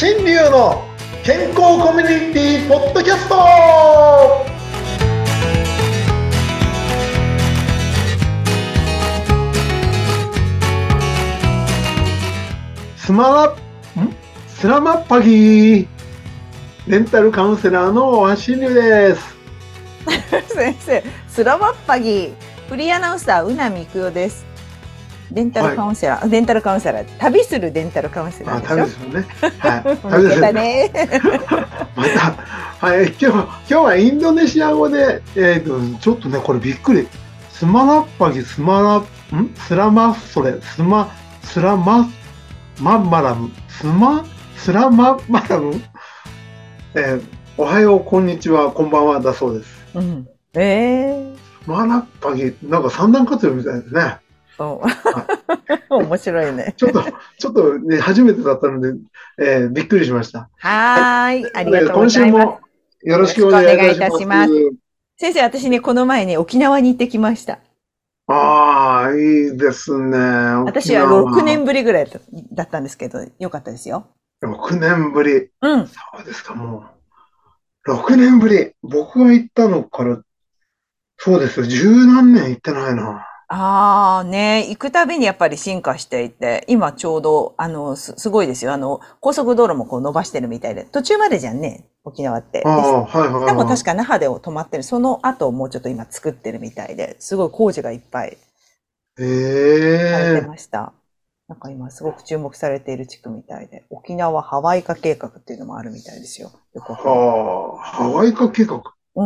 新流の健康コミュニティポッドキャスト。スラマッパギーレンタルカウンセラーの新流です。 先生、スラマッパギーフリーアナウンサーうなみくよです。デンタルカウンセラー、デンタルカウンセラー、旅するデンタルカウンセラーでしょ。 旅ですよね。はい。旅ですね。 また、はい、今日はインドネシア語で、ちょっとね、これびっくり。スマラッパギ、スラママラム、スラママラム、おはよう、こんにちは、こんばんはだそうです。 うん。 スマラッパギ、なんか三段活用みたいですね。 面白いね。 ちょっとね、初めてだったので、びっくりしました。 はい、ありがとうございます。 今週もよろしくお願いいたします。 先生、私ね、この前ね、沖縄に行ってきました。 ああ、いいですね。 私は6年ぶりぐらいだったんですけど、よかったですよ。 6年ぶり。 うん。 そうですか、もう。6年ぶり。僕が行ったのから、そうですよ。十何年行ってないな。 ああね、行くたびにやっぱり進化していて、今ちょうど、すごいですよ。高速道路もこう伸ばしてるみたいで、途中までじゃんね、沖縄って。 ああ、はいはいでもはい。 確か那覇で止まってる。その後もうちょっと今作ってるみたいで、すごい工事がいっぱいされてええ。 ました。なんか今すごく注目されている地区みたいで、沖縄ハワイ化計画っていうのもあるみたいですよ。よくわかんない。 はあ、ハワイ化計画。 うん。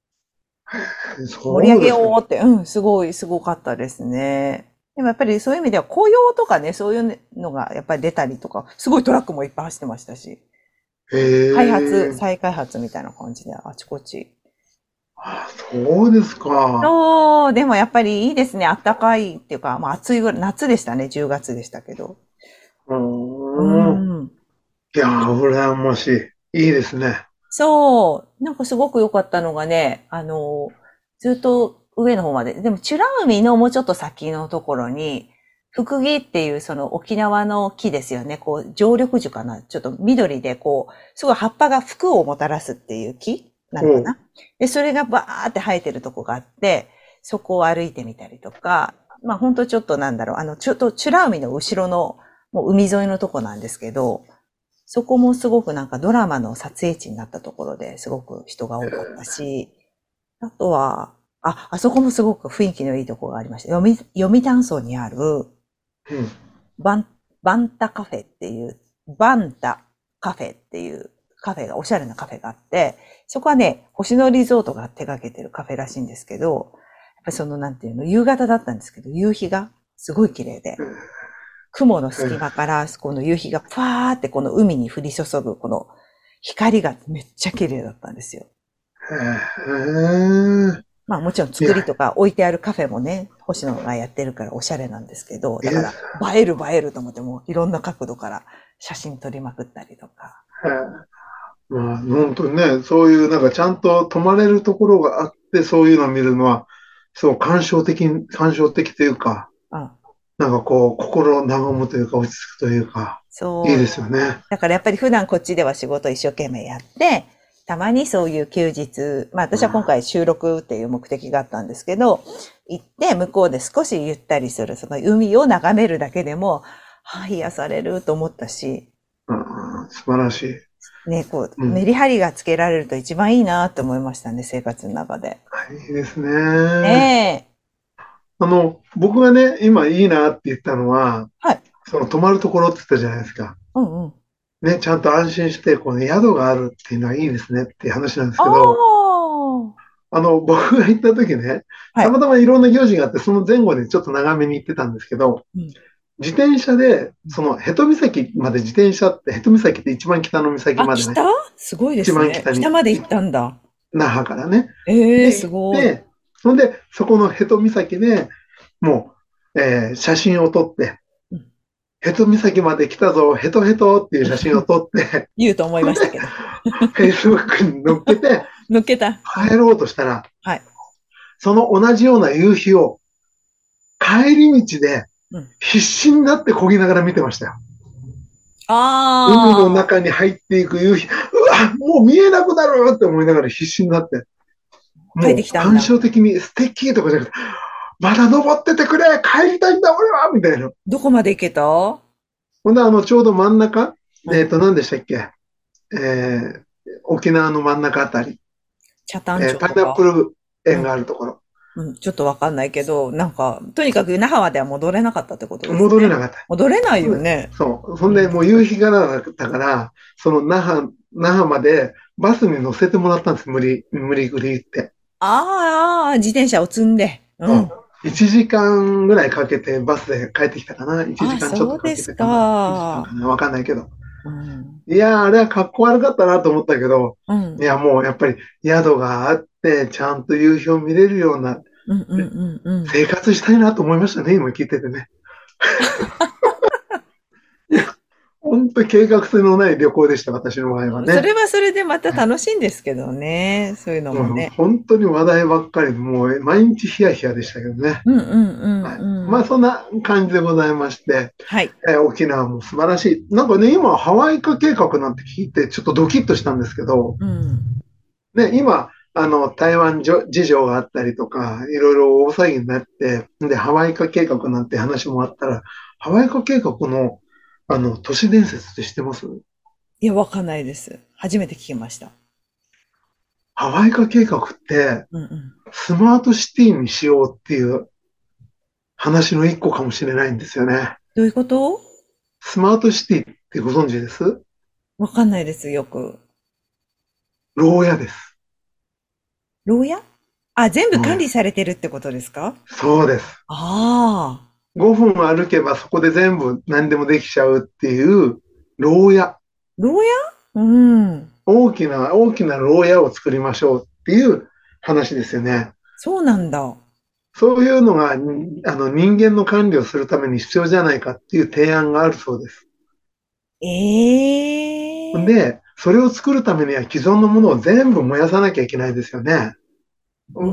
盛り上げそうですか。 ようって、すごかったですね。でもやっぱりそういう意味では雇用とかね、そういうのがやっぱり出たりとか、すごいトラックもいっぱい走ってましたし、 ええ。 再開発みたいな感じであちこち。 あ、そうですか。 そう、でもやっぱりいいですね。暖かいっていうか、まあ暑いぐらい、夏でしたね。10月でしたけど。 ううーん。 ん。 いやー、羨ましい。いいですね。 そう、なんかすごく良かったのがね、ずっと上の方まで、でも美ら海のもうちょっと先のところに、フクギっていうその沖縄の木ですよね。こう、常緑樹かな。ちょっと緑でこう、すごい葉っぱが福をもたらすっていう木なのかおう。 な。で、それがバーって生えてるとこがあって、そこを歩いてみたりとか、まあ本当ちょっとなんだろう、ちょっと美ら海の後ろの、もう海沿いのとこなんですけど、そこもすごくなんかドラマの撮影地になったところですごく人が多かったし、あとは、あそこもすごく雰囲気のいいところがありました。読谷村にある、 うん。 バン、バンタカフェっていう、バンタカフェっていうカフェが、おしゃれなカフェがあって、そこはね、星野リゾートが手掛けてるカフェらしいんですけど、やっぱりそのなんていうの、夕方だったんですけど、夕日がすごい綺麗で、雲の隙間からこの夕日がパーってこの海に降り注ぐこの光がめっちゃ綺麗だったんですよ。 へえ。 まあもちろんいや、 作りとか置いてあるカフェもね、星野がやってるからおしゃれなんですけど、 いいです。 だから映えると思ってもいろんな角度から写真撮りまくったりとか。 へえ。まあ、本当にね、そういうなんかちゃんと泊まれるところがあって、そういうのを見るのは、そう感傷的というか、 うん。 なんかこう、心を和むというか、落ち着くというか、いいそう。 ですよね。 だからやっぱり普段こっちでは仕事一生懸命やって、たまにそういう休日、まあ私は今回収録っていう目的があったんですけど、行って向こうで少しゆったりする、その海を眺めるだけでも、癒されると思ったし、 うん、素晴らしい。 ね、こう、 うん、 メリハリがつけられると一番いいなと思いましたね、生活の中で。 いいですね。 ねえ。 僕がね、今いいなって言ったのは、 はい。 その泊まるところって言ったじゃないですか。 うんうん。 ね、ちゃんと安心して、この宿があるっていうのはいいですねっていう話なんですあけど、 あ。 僕が行った時ね、 はい。 たまたまいろんな行事があって、その前後でちょっと長めに行ってたんですけど、 うん。 自転車で、その瀬戸岬まで自転車って、瀬戸岬って一番北の岬あ、 までね、 北すごいで一すね。 番北に、 北まで行ったんだ。 那覇からね。 ええ、 で、行っすごい。 て、そんで、そこの瀬戸岬でもう、写真を撮って、 うん。 瀬戸岬まで来たぞ、ヘトヘトっていう写真を撮って、 言うと思いそれで、 ましたけど。 Facebook に載っけて、 抜けた。うん。 帰ろうとしたら、 はい。 その同じような夕日を帰り道でうん。 必死になって漕ぎながら見てましたよ。 海のああ、 中に入っていく夕日、うわ、もう見えなくなるって思いながら必死になって、 帰ってもう感きたんだ。 傷的に素敵とかじゃなくて、まだ登っててくれ帰りたいんだ俺はみたいな。 どこまで行けた？ ほんで、ちょうど真ん中、 うん。 何でしたっけ、沖縄の真ん中あたり、 北谷町パイナップとか。 ル園がうん。 あるところ。 うん。ちょっとわかんないけど、なんか、とにかく那覇までは戻れなかったってことですね。 戻れなかった。 戻れないほんでよね。 そう。そんで、 うん。 もう夕日がなかったから、その那覇までバスに乗せてもらったんです。無理くりって。 ああ、自転車を積んで。うそん。 う。1時間ぐらいかけてバスで帰ってきたかな。1 ああ、 時間ちょっとかそうですけてかな。1時間か。 かな。わかんないけど。 うん。 いやー、あれは格好悪かったなと思ったけど、 うん。 いや、もうやっぱり宿があって、ちゃんと夕日を見れるようなうんうんうんうん。 生活したいなと思いましたね、今聞いててね。いや、本当に計画性のない旅行でした、私の場合はね。 それはそれでまた楽しいんですけどね。そういうのももうね。 本当に話題ばっかりで、もう毎日ヒヤヒヤでしたけどね。 うんうんうんはい。 うん。 まあそんな感じでございまして、 はい。 沖縄も素晴らしい。なんかね、今ハワイ化計画なんて聞いてちょっとドキッとしたんですけど、 うん。 ね、今、台湾事情があったりとか、いろいろ大騒ぎになって、で、ハワイ化計画なんて話もあったら、ハワイ化計画の、都市伝説って知ってます？ いや、わかんないです。初めて聞きました。 ハワイ化計画って、 うんうん。 スマートシティにしようっていう話の一個かもしれないんですよね。 どういうこと？ スマートシティってご存知です？ わかんないです、よく。 牢屋です。 牢屋？あ、全部牢屋。 管理されてるってことですか？ そうです。 ああ 5分歩けばそこで全部何でもできちゃうっていう牢屋。 ー、牢屋？うん。 大きな牢屋を作りましょうっていう話ですよね。 そうなんだ。 そういうのが、人間の管理をするために必要じゃないかっていう提案があるそうです。 ええで、それを作るためには既存のものを全部燃やさなきゃいけないですよね。 うん。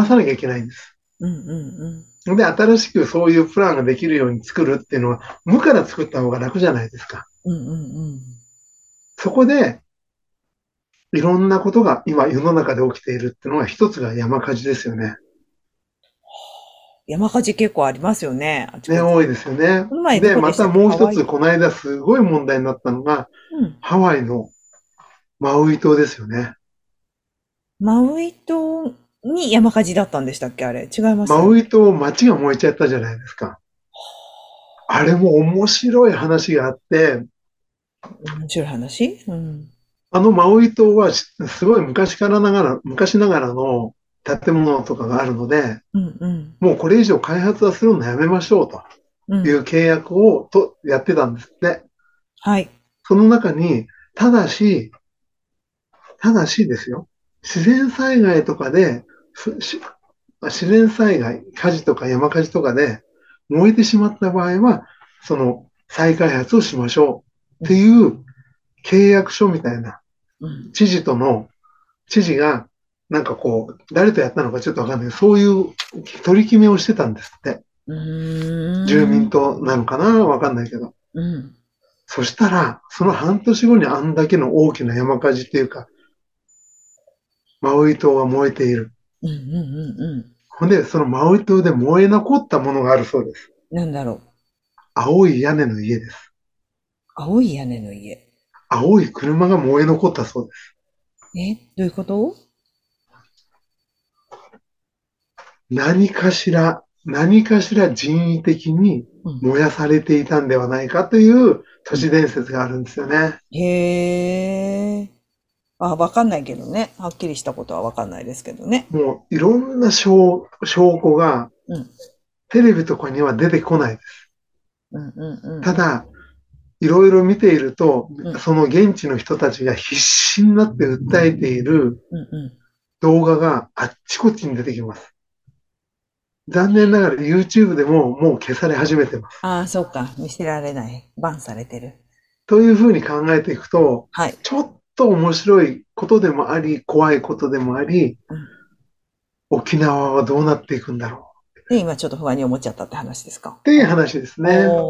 壊さなきゃいけないんです。 うんうんで、新しくそういうプランができるように作るっていうのは、無から作った方が楽じゃないですか。 うん。うんうんうん。 そこで、いろんなことが今世の中で起きているっていうのが一つが山火事ですよね。 山火事結構ありますよね、あちね、 こち。 多いですよね。 この前どで、またこでしたっけ？ もう一つ、 ハワイ？ この間すごい問題になったのが、 うん。 ハワイのマウイ島ですよね。 マウイ島に山火事だったんでしたっけ？あれ。違います？ マウイ島、街が燃えちゃったじゃないですか。あれも面白い話があって、 面白い話？うん。 マウイ島はすごい昔ながらの建物とかがあるので、 うんうん。 もうこれ以上開発はするのやめましょうとうん。 いう契約やってたんですって。 はい。 その中に、ただし、ただしですよ、自然災害とかで、自然災害、火事とか山火事とかで燃えてしまった場合は、その再開発をしましょうってうん。 いう契約書みたいな、 うん。 知事との、知事が、なんかこう、誰とやったのかちょっとわかんないけど、そういう取り決めをしてたんですって。 う住ーん。 民となのかなわかんないけど。 うん。 そしたら、その半年後にあんだけの大きな山火事っていうか、マウイ島が燃えている。 うんうんうんうん。 ほんで、そのマウイ島で燃え残ったものがあるそうです。 なんだろう。 青い屋根の家です。 青い屋根の家。 青い車が燃え残ったそうです。 どういうこと？ 何かしら人為的にうん。 燃やされていたんではないかという都うん。 市伝説があるんですよね。 へえ。あ、わかんないけどね。はっきりしたことはわかんないですけどね。 もういろんな証拠がうん。 テレビとかには出てこないです。 うんうんうん。 ただ、いろいろ見ていると、 うん。 その現地の人たちが必死になって訴えているうんうん。 動画があっちこっちに出てきます。残念ながら YouTube でももう消され始めてます。 ああ、そうか。見せられない。バンされてる。 というふうに考えていくと、 はい。 ちょっと面白いことでもあり、怖いことでもあり、 うん。 沖縄はどうなっていくんだろうで、今ちょっと不安に思っちゃったって話ですか？ っていう話ですね。 おー。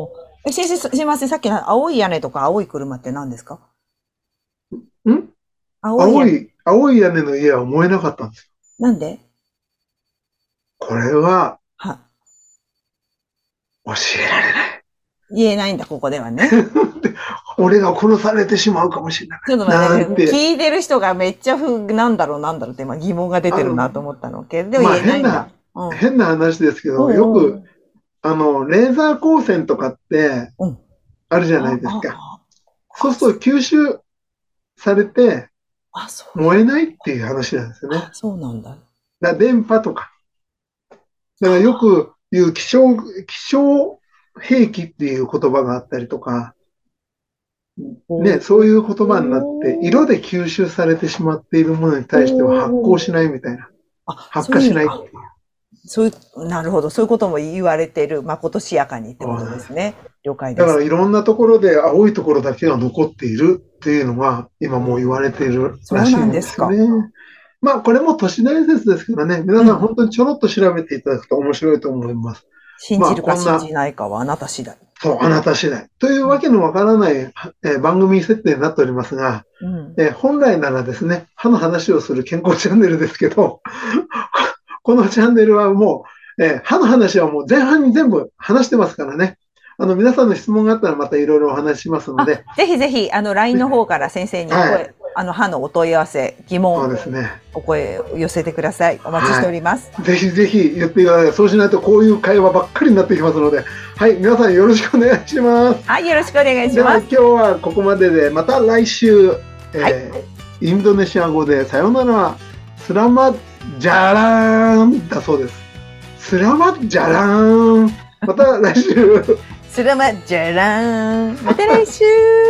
先生、すいません。さっきの青い屋根とか青い車って何ですか？ ん青い屋根。 青い屋根の家は燃えなかったんですよ。 なんで？ これはは、 教えられない。 言えないんだ、ここではね。 俺が殺されてしまうかもしれない。 ちょっと待ってね、 なんて、 聞いてる人がめっちゃなんだろうなんだろうって今疑問が出てるなと思ったのけど、でもまあ言えないんだ。うん。 変な話ですけど、よく、 うんうん。 レーザー光線とかってうん。 あるじゃないですか。そうすると吸収されてそういう、 燃えないっていう話なんですよね。 そうなんだ。 だから電波とか。だからよく言う気象兵器っていう言葉があったりとか、 おね、そういう言葉になって、色ー。 で吸収されてしまっているものに対しては発おー。 光しないみたいな。発そういう意味、 火しないっていう。 そういう、なるほど。そういうことも言われてる。まことしやかにってことですね。了解です。 だからいろんなところで青いところだけが残っているっていうのが今もう言われているらしいそうなんんですよね。 ですか。 まあこれも都市伝説ですからね、皆うん。 さん本当にちょろっと調べていただくと面白いと思います。まあ信じるかこんな、 信じないかはあなた次第。 そう、あなた次第。といううん。 わけのわからない、番組設定になっておりますが、 うん。 本来ならですね、歯の話をする健康チャンネルですけど、このチャンネルはもう、歯の話はもう前半に全部話してますからね。皆さんの質問があったらまたいろいろお話ししますので、 ぜひぜひ、LINE の方から先生にはい、 歯のお問い合わせ、疑問、 そうですね。 お声を寄せてください。お待ちしておはります。 い。ぜひぜひ言ってください。そうしないとこういう会話ばっかりになってきますので、はい、皆さんよろしくお願いします。 はい、よろしくお願いしでは今ます。 日はここまでで、また来週、 はい。 インドネシア語でさよなら、スラマジャラーンだそうです。スラマジャラーン。また来週。 それま、じゃらーん。また来週